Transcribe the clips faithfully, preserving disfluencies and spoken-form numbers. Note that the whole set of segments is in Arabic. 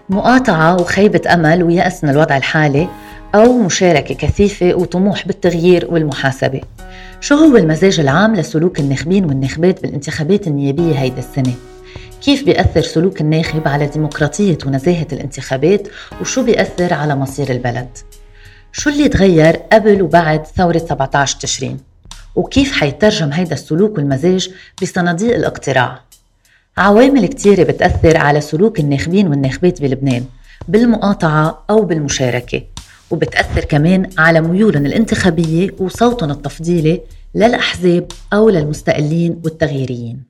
مقاطعة وخيبة أمل ويأس من الوضع الحالي، أو مشاركة كثيفة وطموح بالتغيير والمحاسبة. شو هو المزاج العام لسلوك الناخبين والناخبات بالانتخابات النيابية هيدا السنة؟ كيف بيأثر سلوك الناخب على ديمقراطية ونزاهة الانتخابات؟ وشو بيأثر على مصير البلد؟ شو اللي تغير قبل وبعد ثورة سبعة عشر تشرين؟ وكيف حيترجم هيدا السلوك والمزاج بصناديق الاقتراع؟ عوامل كتيرة بتأثر على سلوك الناخبين والناخبات بلبنان، بالمقاطعة أو بالمشاركة، وبتأثر كمان على ميولهم الانتخابية وصوتهم التفضيلي للأحزاب أو للمستقلين والتغييريين.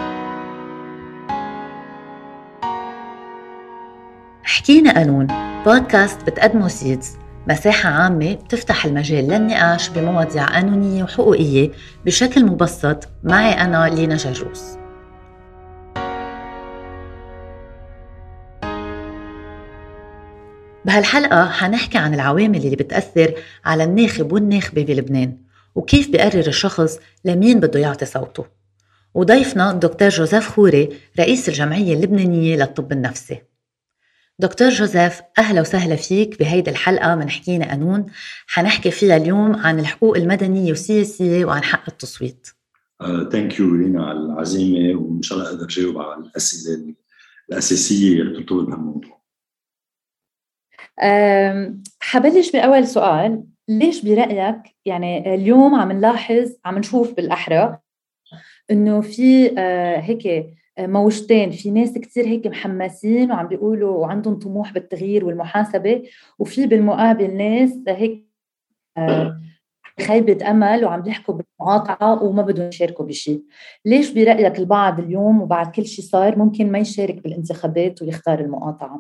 حكينا قانون بودكاست بتقدمه سيدز، مساحة عامة بتفتح المجال للنقاش بمواضيع قانونية وحقوقية بشكل مبسط. معي أنا لينا جروس. بهالحلقة حنحكي عن العوامل اللي بتأثر على الناخب والناخبة بلبنان، وكيف بيقرر الشخص لمين بده يعطي صوته. وضيفنا الدكتور جوزيف خوري، رئيس الجمعية اللبنانية للطب النفسي. دكتور جوزيف، أهلا وسهلا فيك بهيدا الحلقة من حكينا قانون. حنحكي فيها اليوم عن الحقوق المدنية والسياسية وعن حق التصويت. ثانك يو لينا على العزيمة، وإن شاء الله أقدر جاوب على الأسئلة الأساسية اللي ترتبط بهالموضوع. حبلش بأول سؤال. ليش برأيك يعني اليوم عم نلاحظ عم نشوف بالأحرى إنه في هيك موجتين، في ناس كتير هيك محمسين وعم بيقولوا وعندهم طموح بالتغيير والمحاسبة، وفي بالمقابل ناس هيك خيبة أمل وعم بيحكوا بالمقاطعة وما بدهم يشاركوا بشيء؟ ليش برأيك البعض اليوم وبعد كل شيء صار ممكن ما يشارك بالانتخابات ويختار المقاطعة؟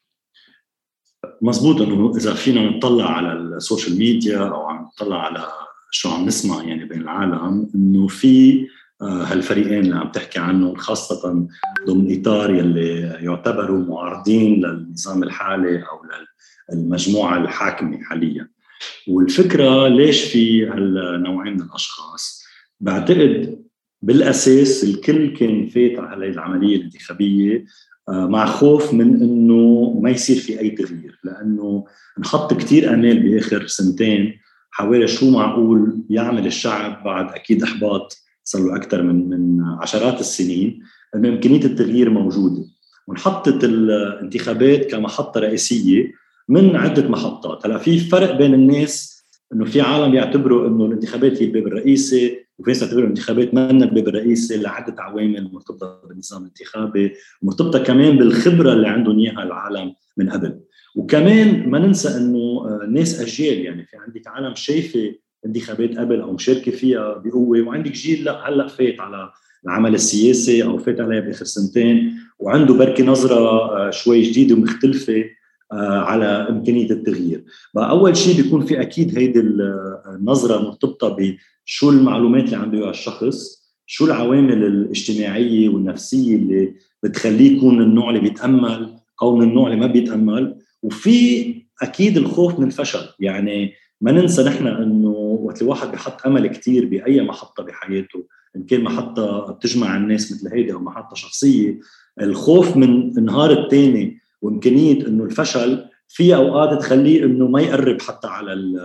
مزبوط انه اذا فينا نطلع على السوشيال ميديا او عم نطلع على شو عم نسمع يعني بين العالم، انه في هالفريقين اللي عم تحكي عنهم خاصة ضمن اطار يلي يعتبروا معارضين للنظام الحالي او للمجموعة الحاكمة حاليا. والفكرة ليش في هالنوعين من الاشخاص؟ بعتقد بالاساس الكل كان فات على العملية الانتخابية مع خوف من انه ما يصير في اي تغيير، لانه نحط كتير امال باخر سنتين حوالي شو معقول يعمل الشعب بعد اكيد احباط صار له اكثر من من عشرات السنين، انه امكانيه التغيير موجوده. ونحطت الانتخابات كمحطه رئيسيه من عده محطات. هلا في فرق بين الناس، انه في عالم يعتبروا انه الانتخابات هي الباب الرئيسي، وفي ناس يعتبروا الانتخابات ما من الباب الرئيسي لعده عوامل مرتبطه بالنظام الانتخابي، مرتبطه كمان بالخبره اللي عندهم اياها العالم من قبل. وكمان ما ننسى انه ناس اجيال، يعني في عندك عالم شايفه انتخابات قبل او مشاركه فيها بقوه، وعندك جيل لا هلا فات على العمل السياسي او فات عليها باخر سنتين وعنده بركي نظره شوي جديده ومختلفه على إمكانية التغيير. فأول شيء بيكون في أكيد هيدي النظرة مرتبطة بشو المعلومات اللي عنده إياها الشخص، شو العوامل الاجتماعية والنفسية اللي بتخليه يكون النوع اللي بيتأمل أو من النوع اللي ما بيتأمل. وفي أكيد الخوف من الفشل. يعني ما ننسى نحن أنه وقت الواحد بيحط أمل كتير بأي محطة بحياته، إن كان محطة بتجمع الناس مثل هيدي أو محطة شخصية، الخوف من النهار التاني وإمكانية إنه الفشل في أوقات تخليه إنه ما يقرب حتى على ال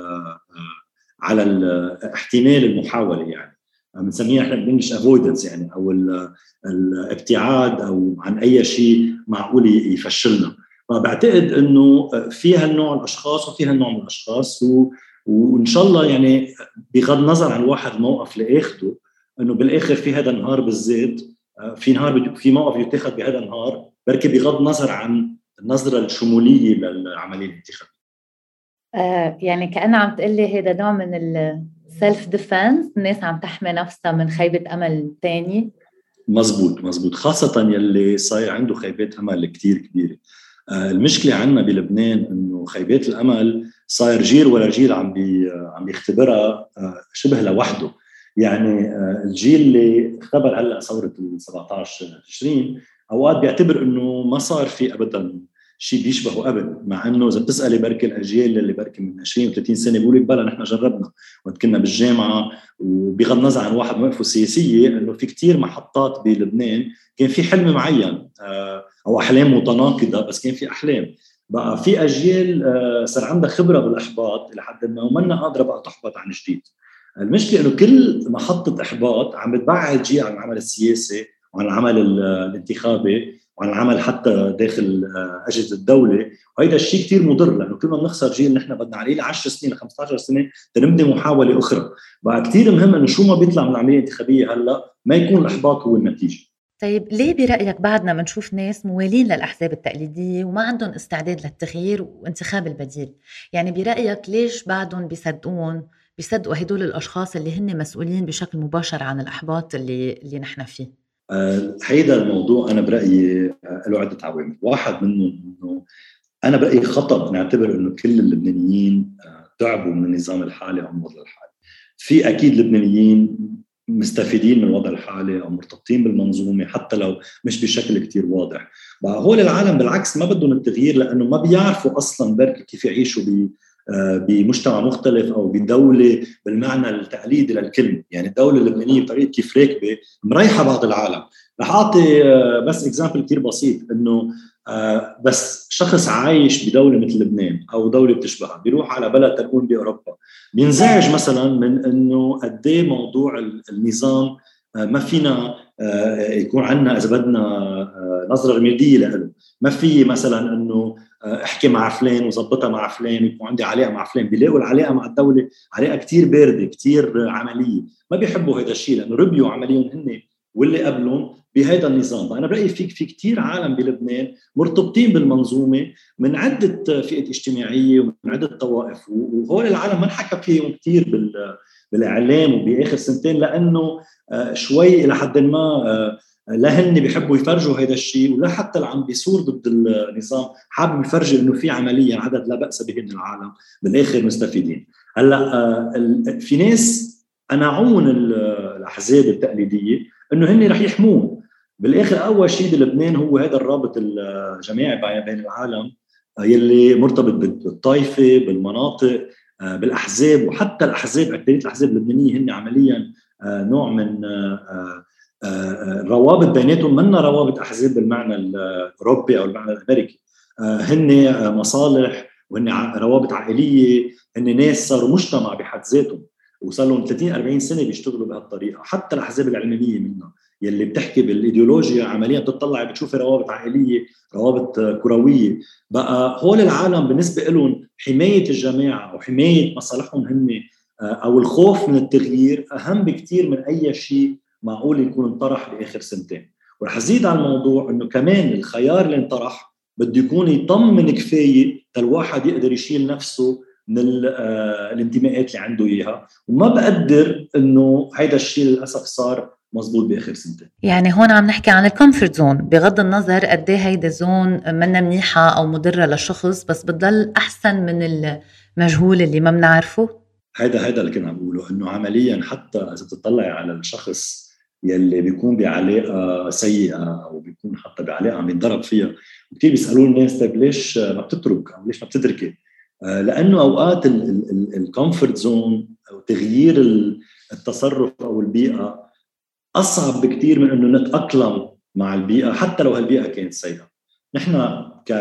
على الاحتمال المحاولة. يعني بنسميها إحنا بالإنجليش avoidance، يعني أو الابتعاد أو عن أي شيء معقول يفشلنا. فبعتقد إنه في هالنوع الأشخاص وفي هالنوع من الأشخاص، وإن شاء الله يعني بغض النظر عن الواحد موقف لآخده، إنه بالآخر في هذا النهار بالذات في نهار في موقف يتخذ بهذا النهار بركي بغض النظر عن النظرة الشمولية للعملية الانتخابية. آه يعني كأنه عم تقلي هذا نوع من السلف ديفنس، الناس عم تحمي نفسها من خيبة أمل تاني. مزبوط مزبوط، خاصة يلي صاير عنده خيبات أمل كتير كبيرة. آه المشكلة عنا بلبنان إنه خيبات الأمل صاير جيل ولا جيل عم بي عم بيختبرها آه شبه لوحده. يعني آه الجيل اللي اختبر هلا ثورة سبعة عشر تشرين أوقات بيعتبر إنه ما صار في أبدا شيء بيشبهه ابدا. مع انه اذا بتسالي بركي الاجيال اللي بركي من عشرين وثلاثين سنه بيقولوا لك بلا نحن جربنا وقت كنا بالجامعه، وبغض النظر عن واحد مواقفه سياسيه انه في كتير محطات بلبنان كان في حلم معين او احلام متناقضه، بس كان في احلام. بقى في اجيال صار عندها خبره بالاحباط لحد ما ومنا قادره بقى تحبط عن جديد. المشكله انه كل محطه احباط عم بتبعد جي عن العمل السياسي وعن العمل الانتخابي وعن العمل حتى داخل اجهزه الدوله، وهذا الشيء كتير مضر لانه كل ما بنخسر جيل نحن بدنا عليه ل عشر سنين ل خمسة عشر سنه تنبني محاوله اخرى. بقى كتير مهم انه شو ما بيطلع من العمليه الانتخابيه هلا ما يكون الاحباط هو النتيجه. طيب ليه برأيك بعدنا منشوف ناس موالين للأحزاب التقليدية وما عندهم استعداد للتغيير وانتخاب البديل؟ يعني برأيك ليش بعدهم بيصدقون بيصدقوا هدول الأشخاص اللي هن مسؤولين بشكل مباشر عن الإحباط اللي اللي نحن فيه؟ آه هيدا الموضوع أنا برأيي آه له عدة عوامل. واحد منهم إنه أنا برأيي خطأ نعتبر إنه كل اللبنانيين آه تعبوا من النظام الحالي أو الوضع الحالي. في أكيد لبنانيين مستفيدين من الوضع الحالي أو مرتبطين بالمنظومة حتى لو مش بشكل كتير واضح. بقى هول العالم بالعكس ما بدهم التغيير لأنه ما بيعرفوا أصلاً بركي كيف يعيشوا ب بمجتمع مختلف أو بدولة بالمعنى التقليدي للكلمة. يعني الدولة اللبنانية بطريقة كيف راكبة مريحة بعض العالم. رح أعطي بس إكزامبل كتير بسيط إنه بس شخص عايش بدولة مثل لبنان أو دولة بتشبهها بيروح على بلد تكون بأوروبا بينزعج مثلا من إنه قديه موضوع النظام ما فينا يكون عنا إذا بدنا نظرة رمادية له. ما في مثلا إنه احكي مع فلان وزبطها مع فلان ويكون عندي علاقه مع فلان. بيلاقوا العلاقه مع الدوله علاقه كتير بارده كتير عمليه. ما بيحبوا هذا الشيء لانه ربيوا عمليا هن واللي قبلهم بهذا النظام. انا برايي في في كتير عالم بلبنان مرتبطين بالمنظومه من عده فئات اجتماعيه ومن عده طوائف، وهول العالم ما انحكى فيهم كتير بال بالاعلام وباخر سنتين لانه شوي الى حد ما لا هن بيحبوا يفرجوا هذا الشيء ولا حتى اللي عم بيصور ضد النظام حابب يفرجوا انه في عمليا عدد لا باس به من العالم بالاخر مستفيدين. هلا في ناس قنعون الاحزاب التقليديه انه هن رح يحمون بالاخر. اول شيء بلبنان هو هذا الرابط الجماعي بين العالم يلي مرتبط بالطائفه بالمناطق بالاحزاب، وحتى الاحزاب اكثريه الاحزاب اللبنانيه هن عمليا نوع من الروابط بيناتهم منا روابط أحزاب بالمعنى الأوروبي أو المعنى الأمريكي. هن مصالح وهن روابط عائلية. هن ناس صاروا مجتمع بحد ذاتهم وصار لهم ثلاثين أربعين سنة بيشتغلوا بهالطريقة. حتى الأحزاب العلمانية منها يلي بتحكي بالإيديولوجيا عمليا بتطلع بتشوف روابط عائلية روابط كروية. بقى هول العالم بالنسبة لهم حماية الجماعة وحماية مصالحهم هن أو الخوف من التغيير أهم بكتير من أي شيء معقول يكون انطرح بآخر سنتين. ورح أزيد على الموضوع أنه كمان الخيار اللي انطرح بده يكون يطمن كفاية الواحد يقدر يشيل نفسه من الانتماءات اللي عنده إياها، وما بقدر أنه هيدا الشيء للأسف صار مزبوط بآخر سنتين. يعني هون عم نحكي عن الكومفورت زون بغض النظر قد ايه هيدا زون منا منيحة أو مضرة للشخص، بس بتضل أحسن من المجهول اللي ما بنعرفه. هيدا هيدا اللي كنا عم بقوله انه عمليا حتى اذا بتطلع على الشخص يلي بيكون بعلاقه سيئه او بيكون حتى بعلاقه عم يتضرب فيها، وكثير بيسالوا الناس طيب ليش ما بتترك او ليش ما بتتركي؟ لانه اوقات الكومفورت زون او تغيير التصرف او البيئه اصعب بكثير من انه نتاقلم مع البيئه حتى لو هالبيئه كانت سيئه. نحن ك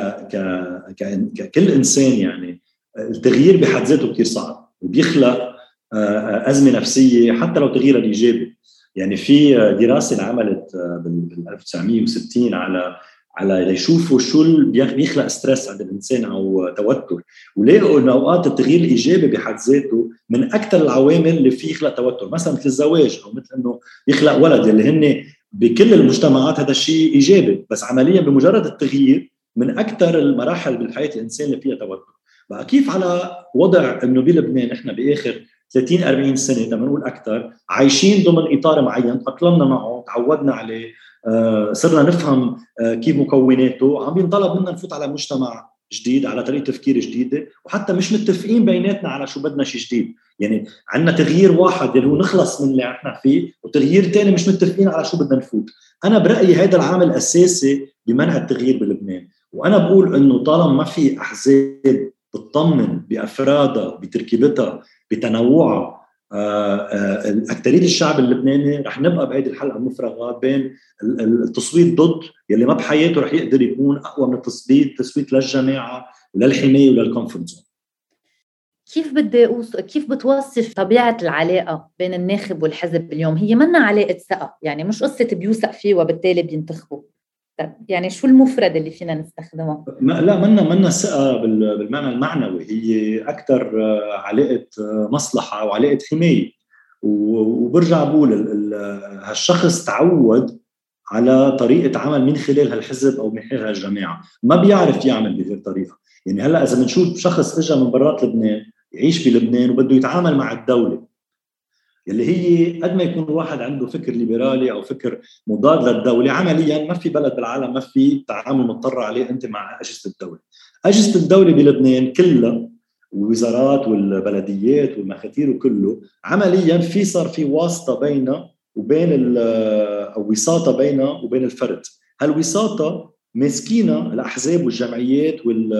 ك ككل انسان يعني التغيير بحد ذاته كثير صعب وبيخلق أزمة نفسية حتى لو تغيير الإيجابي. يعني في دراسة انعملت بال ألف وتسعمية وستين على على ليشوفوا شو اللي بيخلق ستريس عند الإنسان أو توتر، ولقوا إنه أوقات التغيير الإيجابي بحد ذاته من أكثر العوامل اللي فيه يخلق توتر، مثلا مثل الزواج أو مثل إنه يخلق ولد اللي هن بكل المجتمعات هذا الشيء إيجابي، بس عمليا بمجرد التغيير من أكثر المراحل بالحياة الإنسان اللي فيها توتر. بقى كيف على وضع انه بلبنان احنا باخر ثلاثين أربعين سنه لما نقول اكثر عايشين ضمن اطار معين تاقلمنا معه تعودنا عليه آه صرنا نفهم آه كيف مكوناته، عم ينطلب منا نفوت على مجتمع جديد على طريقه تفكير جديده وحتى مش متفقين بيناتنا على شو بدنا شيء جديد. يعني عندنا تغيير واحد اللي هو نخلص من اللي احنا فيه وتغيير ثاني مش متفقين على شو بدنا نفوت. انا برايي هذا العامل الاساسي بمنع التغيير بلبنان. وأنا بقول إنه طالما ما في أحزاب بتطمن بأفرادها بتركيبتها بتنوعها أكترية الشعب اللبناني، رح نبقى بهيدي الحلقة مفرغة بين التصويت ضد يلي ما بحياته رح يقدر يكون أقوى من التصويت تصويت للجماعة وللحماية وللكونفورت زون. كيف بدي أوص... كيف بتوصف طبيعة العلاقة بين الناخب والحزب اليوم؟ هي منا علاقة ثقة، يعني مش قصة بيوثق فيه وبالتالي بينتخبه. يعني شو المفرد اللي فينا نستخدمه؟ لا منا منا ثقة بالمعنى المعنوي، هي أكثر علاقة مصلحة وعلاقة حماية. وبرجع بقول هالشخص تعود على طريقة عمل من خلال هالحزب أو من خلال هالجماعة، ما بيعرف يعمل بغير طريقة. يعني هلأ إذا بنشوف شخص إجا من برات لبنان يعيش بلبنان وبده يتعامل مع الدولة، يلي هي قد ما يكون واحد عنده فكر ليبرالي أو فكر مضاد للدولة، عملياً ما في بلد بالعالم ما في تعامل مضطر عليه أنت مع أجهزة الدولة. أجهزة الدولة بلبنان كلها والوزارات والبلديات والمخاتير وكله عملياً في صار في واسطة بينه وبين أو وساطة بينه وبين الفرد. هالوساطة ماسكينها الأحزاب والجمعيات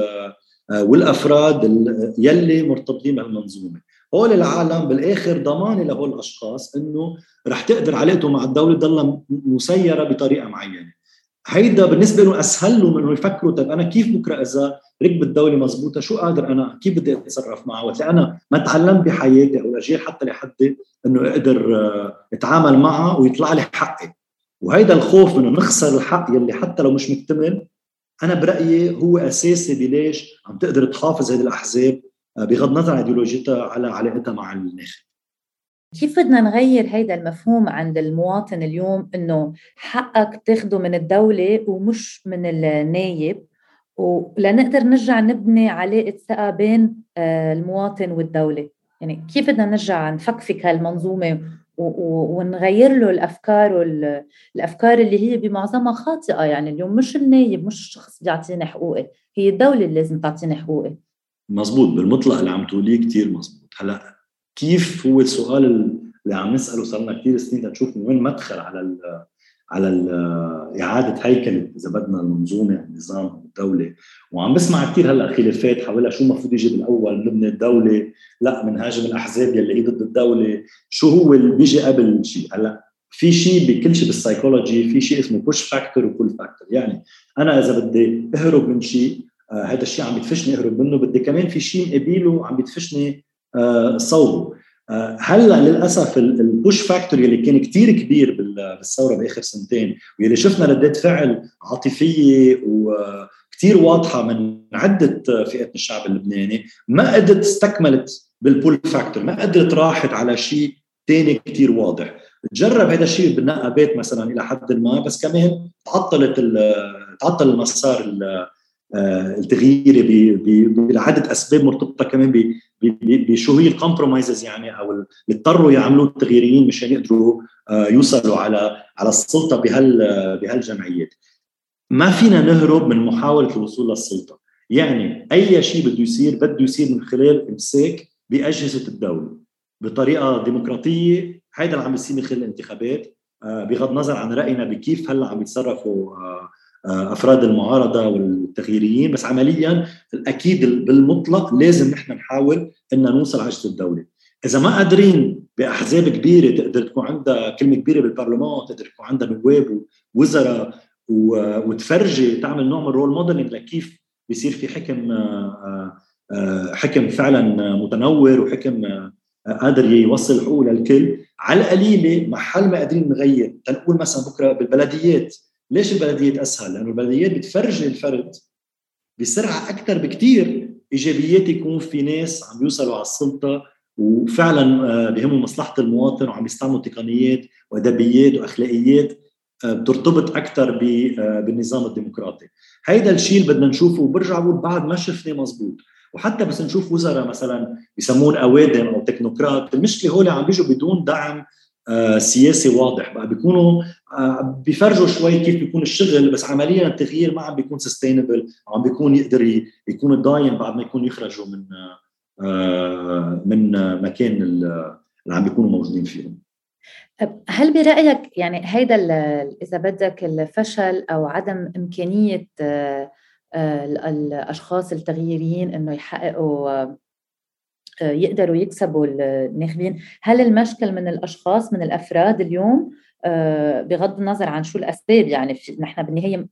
والأفراد يلي مرتبطين بهالمنظومة. هول العالم بالآخر ضمان لهول الأشخاص إنه رح تقدر علاقته مع الدولة ضل مسيرة بطريقة معينة. هيدا بالنسبة له أسهل له من إنه يفكروا طيب أنا كيف بكرة إذا ركب الدولة مزبوطة شو قادر أنا كيف بدي أتصرف معه، وقت أنا ما تعلمت بحياتي أو أجيال حتى لحد إنه أقدر أتعامل معها ويطلع لي حقي. وهيدا الخوف إنه نخسر الحق يلي حتى لو مش مكتمل، أنا برأيي هو أساسي بليش عم تقدر تحافظ هذه الأحزاب بغض النظر عن ايديولوجيتها على علاقتها مع الناخب. كيف بدنا نغير هيدا المفهوم عند المواطن اليوم إنه حقك تاخده من الدولة ومش من النايب، ولنقدر نرجع نبني علاقة ثقة بين المواطن والدولة؟ يعني كيف بدنا نرجع نفكفك هالمنظومة ونغير له الأفكار والأفكار اللي هي بمعظمها خاطئة؟ يعني اليوم مش النايب مش الشخص بيعطيني حقوقي، هي الدولة اللي لازم تعطيني حقوقي. مزبوط بالمطلق اللي عم تقوليه كتير مزبوط. هلا كيف هو السؤال اللي عم نسأله صارنا كتير سنين لنشوف من وين مدخل على ال على ال إعادة هيكلة إذا بدنا المنظومة النظام والدولة. وعم بسمع كتير هلا خلافات حوالها شو مفروض يجي بالأول، نبني الدولة لا منهاجم الأحزاب يلي هي ضد الدولة، شو هو اللي بيجي قبل شيء. هلا في شيء بكل شيء بالسايكولوجي في شيء اسمه بوش فاكتور وبول فاكتور. يعني أنا إذا بدي أهرب من شيء آه هذا الشيء عم بيدفشني اهرب منه، بدي كمان في شيء قبيله عم بيدفشني آه صوبه. آه هلا للاسف البوش فاكتور اللي كان كتير كبير بالثوره باخر سنتين واللي شفنا ردات فعل عاطفيه وكتير واضحه من عده فئات من الشعب اللبناني، ما قدرت استكملت بالبول فاكتور، ما قدرت راحت على شيء تاني كتير واضح. تجرب هذا الشيء بالنقابات مثلا الى حد ما، بس كمان تعطلت تعطل المسار التغييري بعدة أسباب مرتبطة كمان بشو هي الكومبرومايزز يعني أو اللي اضطروا يعملوا التغييريين مشان يقدروا يوصلوا على على السلطة بهال بهالجمعيات. ما فينا نهرب من محاولة الوصول للسلطة. يعني أي شيء بده يصير بده يصير من خلال إمساك بأجهزة الدولة بطريقة ديمقراطية. هيدا اللي عم يصير من خلال الانتخابات بغض النظر عن رأينا بكيف هلا عم يتصرفوا أفراد المعارضة والتغييريين، بس عملياً الأكيد بالمطلق لازم نحن نحاول إن نوصل عجز الدولة. إذا ما قادرين بأحزاب كبيرة تقدر تكون عندها كلمة كبيرة بالبرلمان، تقدر تكون عندها نواب ووزراء وتفرجي تعمل نوع من رول موديلينج لكيف بيصير في حكم حكم فعلاً متنور وحكم قادر يوصل حقوق للكل، على القليلة محل ما قادرين نغير. تنقول مثلاً بكرة بالبلديات، ليش البلديات أسهل؟ لأنه البلديات بتفرج الفرد بسرعة أكثر بكتير إيجابيات يكون في ناس عم يوصلوا على السلطة وفعلا بيهموا مصلحة المواطن وعم يستعملوا تقنيات وأدبيات وأخلاقيات بترتبط أكثر بالنظام الديمقراطي. هيدا الشيء اللي بدنا نشوفه، وبرجع بقول بعد ما شفناه مزبوط. وحتى بس نشوف وزراء مثلا بيسمون أوادم أو تكنوقراط، المشكلة هو عم بيجوا بدون دعم آه سياسي واضح، بقى بيكونوا آه بيفرجوا شوي كيف بيكون الشغل، بس عمليا التغيير ما عم بيكون سستينبل، عم بيكون يقدر يكون ضاين بعد ما يكون يخرجوا من آه من مكان اللي عم بيكونوا موجودين فيهم. هل برأيك يعني هيدا إذا بدك الفشل أو عدم إمكانية الأشخاص التغييريين إنه يحققوا يقدروا يكسبوا الناخبين؟ هل المشكل من الأشخاص من الأفراد اليوم بغض النظر عن شو الأسباب؟ يعني نحن بالنهاية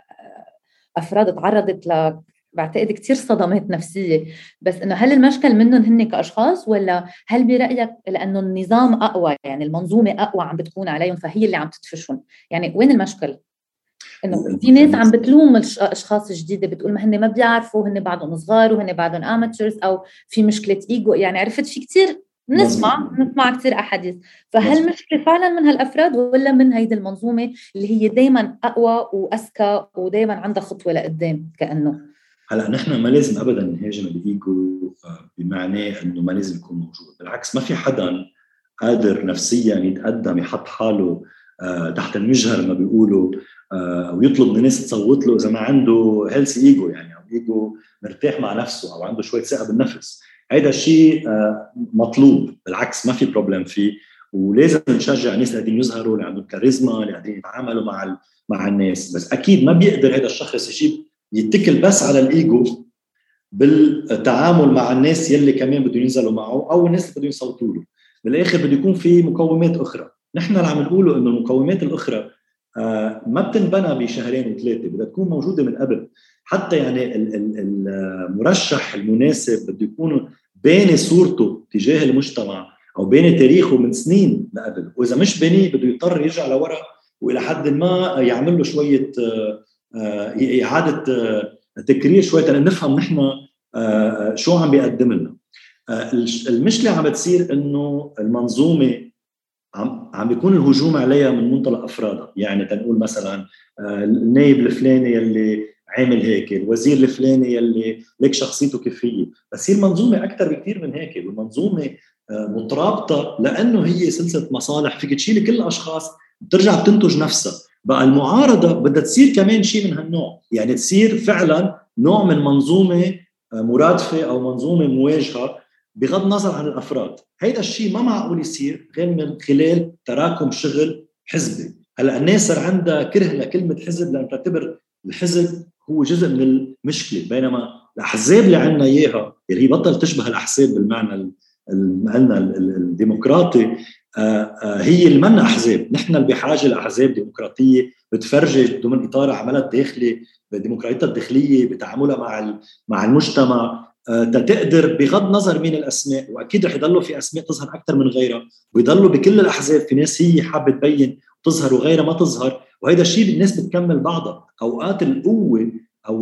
أفراد تعرضت ل بعتقد كتير صدمات نفسية، بس إنه هل المشكل منهم هن كأشخاص، ولا هل برأيك لأنه النظام أقوى، يعني المنظومة أقوى عم بتكون عليهم فهي اللي عم تدفشهم؟ يعني وين المشكل؟ إنه في ناس عم بتلوم الأشخاص الجديدة بتقول ما هن ما بيعرفوا، هن بعضهم صغار وهن بعضهم أماتشرز، أو في مشكلة إيجو. يعني عرفت في كتير نسمع نسمع كتير أحاديث. فهل مشكلة فعلا من هالأفراد ولا من هيدي المنظومة اللي هي دايما أقوى وأذكى ودايما عندها خطوة لقدام؟ كأنه هلا نحن ما لازم ابدا نهاجم الايجو بمعنى انه ما لازم يكون موجود. بالعكس، ما في حدا قادر نفسيا يتقدم يحط حاله تحت المجهر ما بيقولوا او يطلب من الناس تصوت له اذا ما عنده هيلثي ايجو، يعني او ايجو مرتاح مع نفسه او عنده شويه ثقه بالنفس. هيدا الشيء مطلوب، بالعكس ما في بروبلم فيه، ولازم نشجع الناس اللي قاعدين يظهروا، اللي عندهم كاريزما، اللي قاعدين يتعاملوا مع مع الناس. بس اكيد ما بيقدر هذا الشخص يجيب يتكل بس على الايجو بالتعامل مع الناس يلي كمان بدهم ينزلوا معه او الناس اللي بدهم يصوتوا له. بالاخر بده يكون في مقومات اخرى. نحن اللي عم نقوله انه المقومات الاخرى آه ما بتنبنى بشهرين وثلاثه، بدها تكون موجوده من قبل. حتى يعني المرشح المناسب بده يكون باني صورته تجاه المجتمع او باني تاريخه من سنين لقبل، واذا مش باني بده يضطر يرجع لورا والى حد ما يعمل له شويه آه آه اعاده آه تكرير شويه لنفهم نحن آه شو عم بيقدم لنا. آه المشكله عم بتصير انه المنظومه عم عم بيكون الهجوم عليها من منطلق افرادها. يعني تنقول مثلا آه النائب الفلاني يلي عامل هيك، الوزير الفلاني يلي لك شخصيته كيف هي، بس هي المنظومه اكثر بكثير من هيك. والمنظومه آه مترابطه لانه هي سلسله مصالح فيك تشيل كل الاشخاص بترجع بتنتج نفسها. بقى المعارضه بدها تصير كمان شيء من هالنوع، يعني تصير فعلا نوع من منظومه مرادفه او منظومه مواجهه بغض النظر عن الافراد. هيدا الشيء ما معقول يصير غير من خلال تراكم شغل حزبي. هلا الناس صار عندها كره لكلمه حزب لان تعتبر الحزب هو جزء من المشكله، بينما الاحزاب اللي عندنا اياها اللي هي بطل تشبه الاحزاب بالمعنى قلنا الديمقراطي هي اللي منا احزاب. نحن اللي بحاجه لاحزاب ديمقراطيه بتفرج ضمن اطار عملها الداخلي بديمقراطيتها الداخليه بتعاملها مع مع المجتمع تقدر بغض نظر مين الاسماء، واكيد رح يضلوا في اسماء تظهر اكثر من غيرها، ويضلوا بكل الاحزاب في ناس هي حابه تبين تظهر وغيرها ما تظهر، وهذا الشيء الناس بتكمل بعضها. اوقات القوه او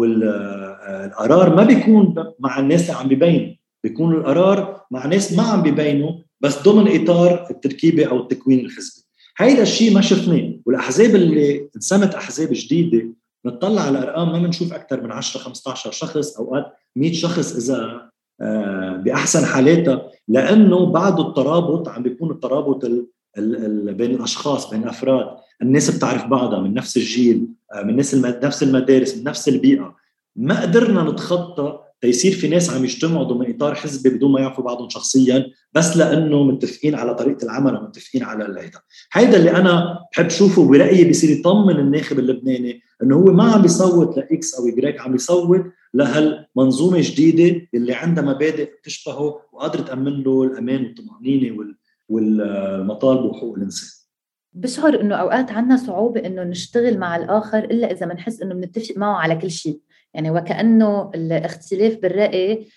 القرار ما بيكون مع الناس اللي عم بيبينوا، بيكون القرار مع ناس ما عم بيبينوا بس ضمن اطار التركيبه او التكوين الحزبي. هيدا الشيء ما شفناه. والاحزاب اللي انسمت احزاب جديده نطلع على الارقام ما بنشوف اكثر من عشرة خمسة عشر شخص، اوقات مئة شخص اذا باحسن حالاتها، لانه بعد الترابط عم بيكون الترابط ال ال بين الاشخاص بين الافراد، الناس بتعرف بعضها من نفس الجيل، من نفس نفس المدارس، من نفس البيئه. ما قدرنا نتخطى تيصير في ناس عم يجتمعوا ضمن اطار حزبي بدون ما يعرفوا بعضهم شخصيا، بس لانه متفقين على طريقه العمل ومتفقين على الهيدا. هيدا اللي انا بحب شوفه برايي بيصير يطمن الناخب اللبناني انه هو ما عم بيصوت لاكس او يجريك، عم بيصوت لهالمنظومه جديده اللي عندها مبادئ تشبهه وقادره تامن له الامان والطمانينه والمطالب وحقوق الانسان. بشعر انه اوقات عندنا صعوبه انه نشتغل مع الاخر الا اذا بنحس انه بنتفق معه على كل شيء، يعني وكأنه الاختلاف بالرأي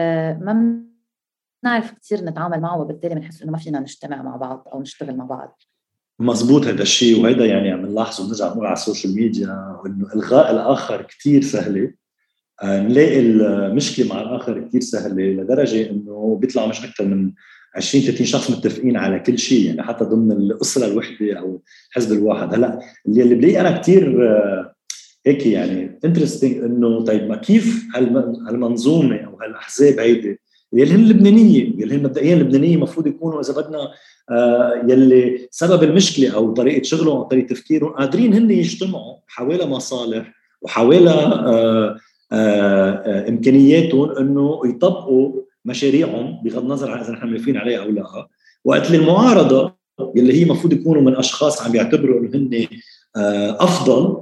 ما بنعرف كتير نتعامل معه، وبالتالي بنحس إنه ما فينا نجتمع مع بعض أو نشتغل مع بعض. مزبوط هذا الشيء، وهذا يعني عم نلاحظه ونرجع نقول على السوشيال ميديا إنه إلغاء الآخر كتير سهلة. نلاقي المشكلة مع الآخر كتير سهلة لدرجة إنه بيطلع مش أكثر من عشرين ثلاثين شخص متفقين على كل شيء، يعني حتى ضمن الأسرة الوحدة أو الحزب الواحد. هلا اللي اللي بلاقي أنا كتير هيك يعني انترستينج انه طيب ما كيف هالمنظومه او هالاحزاب هيدي يلي هن اللبنانيه يلي هن مبدئيا اللبنانيه المفروض يكونوا اذا بدنا آه يلي سبب المشكله او طريقه شغلهم او طريقه تفكيرهم قادرين هن يجتمعوا حوالي مصالح وحوالي آه آه امكانياتهم انه يطبقوا مشاريعهم بغض النظر عن اذا نحن موافقين عليها او لا. وقت المعارضه يلي هي المفروض يكونوا من اشخاص عم يعتبروا انه هن آه افضل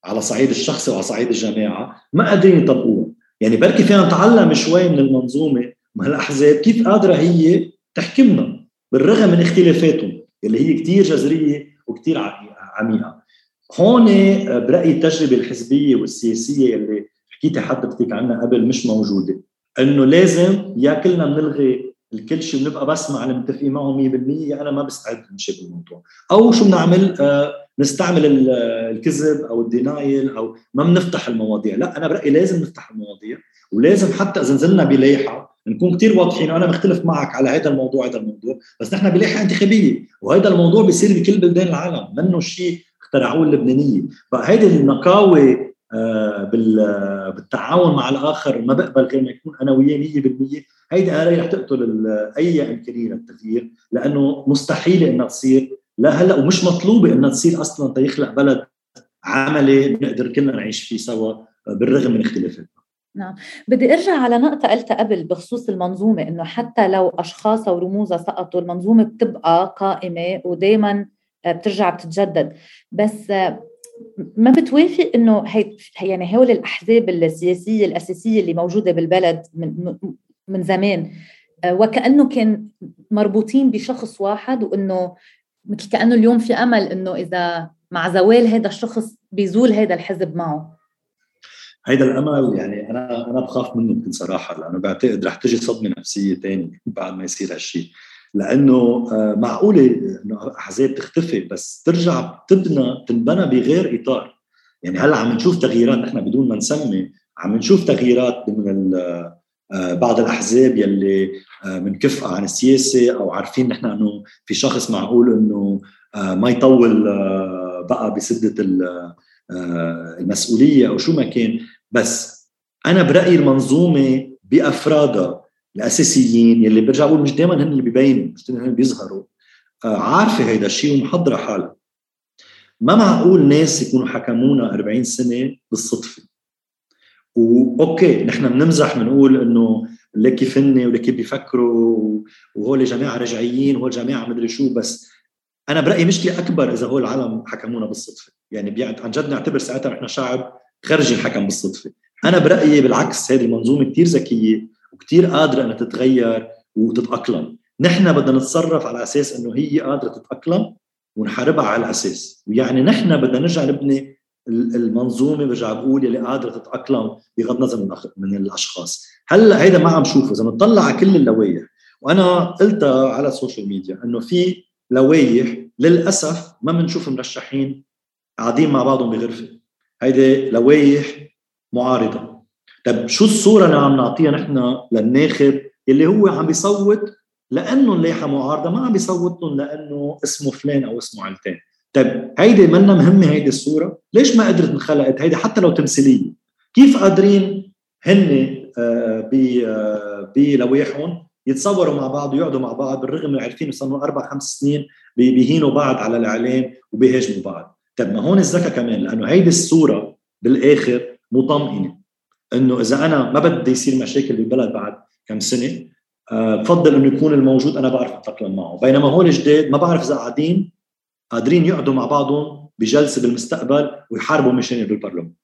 على صعيد الشخصي وعلى صعيد الجماعة ما قادرين يطبقوها. يعني بركي فينا نتعلم شوي من المنظومة من الأحزاب كيف قادرة هي تحكمنا بالرغم من اختلافاتهم اللي هي كتير جذرية وكتير عميقة. هون برأيي التجربة الحزبية والسياسية اللي حكيتي حضرتك عنها قبل مش موجودة، إنه لازم يا كلنا بنلغي الكل شيء ونبقى بس مع اللي متفقين معهم مية بالمية. أنا ما بستعد نمشي بالموضوع، أو شو بنعمل؟ آه نستعمل الكذب أو الدينايل أو ما بنفتح المواضيع. لا، أنا برأيي لازم نفتح المواضيع، ولازم حتى إذا نزلنا بلايحة نكون كتير واضحين. وأنا مختلف معك على هذا الموضوع هذا الموضوع بس نحن بلايحة انتخابية، وهذا الموضوع بيصير بكل بلدان العالم، منه شيء اخترعوه اللبنانية. فهيدي النقاوة آه بالتعاون مع الآخر ما بقبل غير ما يكون أنا وياه مية بالمية. هيدي آلية رح تقتل أي إمكانية للتغيير، لأنه مستحيل إنها تصير لا هلأ، ومش مطلوبة إنها تصير أصلاً تيخلق بلد عملي نقدر كلنا نعيش فيه سوا بالرغم من اختلافاتنا. نعم. بدي أرجع على نقطة قلتها قبل بخصوص المنظومة، إنه حتى لو أشخاص أو رموزها سقطوا المنظومة بتبقى قائمة ودايماً بترجع بتتجدد. بس ما بتوافق إنه هي يعني هول الأحزاب السياسية الأساسية اللي موجودة بالبلد من من زمان وكأنه كان مربوطين بشخص واحد، وإنه مثل كأنه اليوم في أمل إنه إذا مع زوال هذا الشخص بيزول هذا الحزب معه؟ هيدا الأمل يعني أنا أنا بخاف منه بكل صراحة، لأنه بعتقد رح تجي صدمة نفسية تاني بعد ما يصير هالشيء. لأنه معقولة إنه أحزاب تختفي بس ترجع تبنى تنبنى بغير إطار. يعني هلا عم نشوف تغييرات نحن بدون ما نسمي، عم نشوف تغييرات من بعض الأحزاب يلي من كفء عن السياسة أو عارفين نحن أنه في شخص معقول أنه ما يطول بقى بسدة المسؤولية أو شو ما كان. بس أنا برأيي المنظومة بأفرادها الأساسيين يلي برجع أقول مش دائما هن اللي بيبينوا، مش دائما هن بيظهروا، عارفة هيدا الشيء ومحضرة حالها. ما معقول ناس يكونوا حكمونا أربعين سنة بالصدفة. وأوكي نحن بنمزح بنقول إنه لكي فني ولكي بيفكروا وهول جماعة رجعيين وهول جماعة مدري شو. بس أنا برأيي مشكلة أكبر إذا هول العالم حكمونا بالصدفة. يعني عن جد نعتبر ساعتها نحن شعب خرجي الحكم بالصدفة. أنا برأيي بالعكس، هذه المنظومة كتير ذكية وكتير قادرة أنها تتغير وتتأقلم. نحن بدنا نتصرف على أساس أنه هي قادرة تتأقلم ونحاربها على الأساس. يعني نحن بدنا نرجع نبني المنظومة برجع بقول اللي قادرة تتأقلم بغض النظر من الأشخاص. هلأ هيدا ما عم شوفه. إذا نطلع على كل اللوائح، وأنا قلتها على السوشيال ميديا أنه في لوائح للأسف ما منشوف مرشحين قاعدين مع بعضهم بغرفة. هيدا لوائح معارضة. طب شو الصورة اللي عم نعطيها نحن للناخب اللي هو عم بيصوت لأنه اللائحة معارضة، ما عم بيصوت لهم لأنه اسمه فلان أو اسمه علتان؟ طيب هيدي منا مهمة هيدي الصورة؟ ليش ما قدرت انخلقت هيدي حتى لو تمثيلية؟ كيف قادرين هن بلوائحهم يتصوروا مع بعض ويقعدوا مع بعض بالرغم من عارفين يصنعوا أربع خمس سنين بيهينوا بعض على الإعلام وبيهاجموا بعض؟ طيب ما هون الذكاء كمان، لأنه هيدي الصورة بالآخر مطمئنة إنه إذا أنا ما بدي يصير مشاكل بالبلد بعد كم سنة، بفضل إنه يكون الموجود أنا بعرف أتأقلم معه. بينما هون الجداد ما بعرف إذا قاعدين قادرين يقعدوا مع بعضهم بجلسة بالمستقبل ويحاربوا مشان بالبرلمان.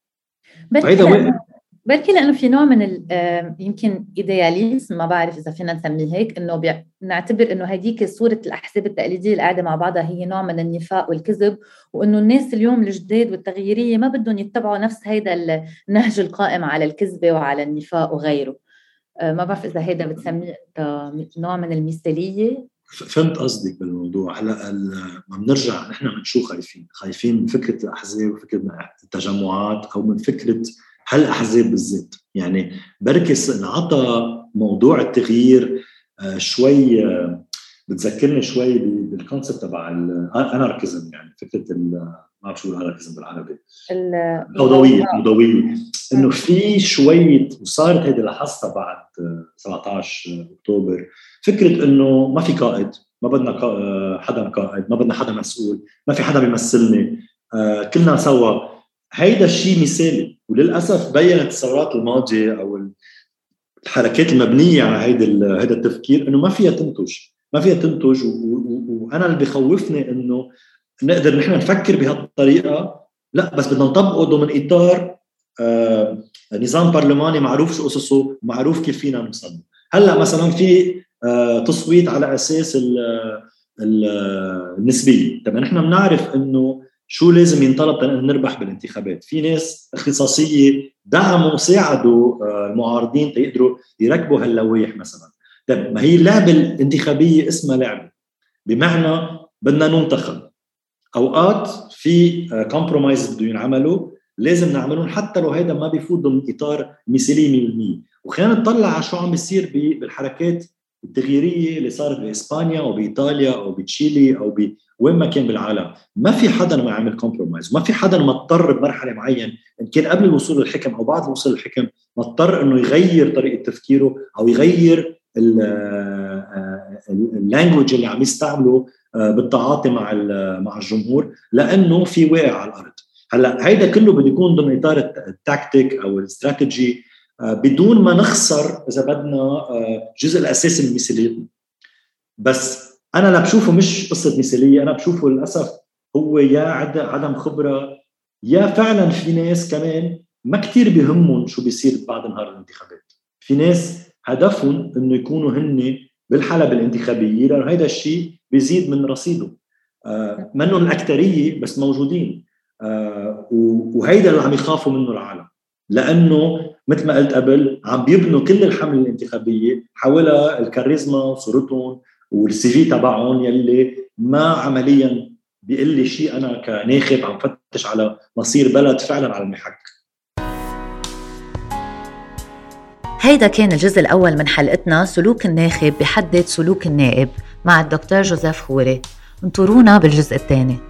بركي لأنه في نوع من يمكن إيدياليزم، ما بعرف إذا فينا نسميه هيك، إنه نعتبر إنه هديك صورة الأحزاب التقليدية اللي قاعدة مع بعضها هي نوع من النفاق والكذب، وإنه الناس اليوم الجداد والتغييرية ما بدهم يتبعوا نفس هيدا النهج القائم على الكذبة وعلى النفاق وغيره. ما بعرف إذا هيدا بتسميه نوع من المثالية. فهمت قصدك بالموضوع. هلا ما بنرجع نحن من شو خايفين؟ خايفين من فكرة الأحزاب وفكرة التجمعات أو من فكرة هالأحزاب بالذات؟ يعني بركس انعطى موضوع التغيير شوي، بتذكرني شوي بالكونسبت تبع الاناركيزم. يعني فكرة ما بعرف شو الاناركيزم بالعربي، الفوضوية الفوضوية إنه في شوية، وصارت هذه لاحظتها بعد سبعة عشر أكتوبر، فكرة إنه ما في قائد، ما بدنا حدا قائد، ما بدنا حدا مسؤول، ما في حدا بيمثلنا، كلنا سوا. هيدا الشيء مثالي، وللأسف بيّنت الثورات الماضية أو الحركات المبنية على هيدا هيدا التفكير إنه ما فيها تنتج، ما فيها تنتج. وأنا اللي بيخوفني إنه نقدر نحن نفكر بهالطريقة لا بس بدنا نطبقه ضمن إطار آه نظام برلماني معروف شو قصصه ومعروف كيف فينا نوصل. هلا مثلا في آه تصويت على أساس ال ال النسبية. طبعا نحن بنعرف إنه شو لازم ينطلب أن نربح بالانتخابات. في ناس اختصاصية دعموا وساعدوا آه المعارضين تيقدروا يركبوا هاللوائح مثلا. طب ما هي اللعبة الانتخابية اسمها لعبة، بمعنى بدنا ننتخب. أوقات في كومبرومايز بده ينعملوا لازم نعملهم حتى لو هيدا ما بيفوت ضمن إطار مثالي مية بالمية. وخلينا نطلع على شو عم بيصير بالحركات التغييرية اللي صارت بإسبانيا أو بإيطاليا أو بتشيلي أو وين ما كان بالعالم. ما في حدا ما عمل كومبرومايز، ما في حدا ما اضطر بمرحلة معين إن كان قبل الوصول للحكم أو بعد الوصول للحكم ما اضطر إنه يغير طريقة تفكيره أو يغير اللانجويج اللي عم يستعمله بالتعاطي مع مع الجمهور، لانه في واقع على الارض. هلا هيدا كله بده يكون ضمن اطار التكتيك او الاستراتيجي بدون ما نخسر اذا بدنا جزء الاساسي من مثاليتنا. بس انا لا بشوفه مش قصه مثاليه، انا بشوفه للاسف هو يا عدم خبره، يا فعلا في ناس كمان ما كتير بيهمهم شو بيصير بعد نهار الانتخابات. في ناس هدفهم انه يكونوا هن بالحلبة الانتخابية، لأنه هذا الشيء بيزيد من رصيده. آه منهم الأكترية بس موجودين، آه وهيدا اللي عم يخافوا منه العالم، لأنه مثل ما قلت قبل عم بيبنوا كل الحملة الانتخابية حولها الكاريزما وصورتهم والسي في تبعهم، يلي ما عمليا بيقول لي شيء أنا كناخب عم فتش على مصير بلد فعلا على المحك. هيدا كان الجزء الأول من حلقتنا سلوك الناخب بحدد سلوك النائب مع الدكتور جوزيف خوري. انطرونا بالجزء الثاني.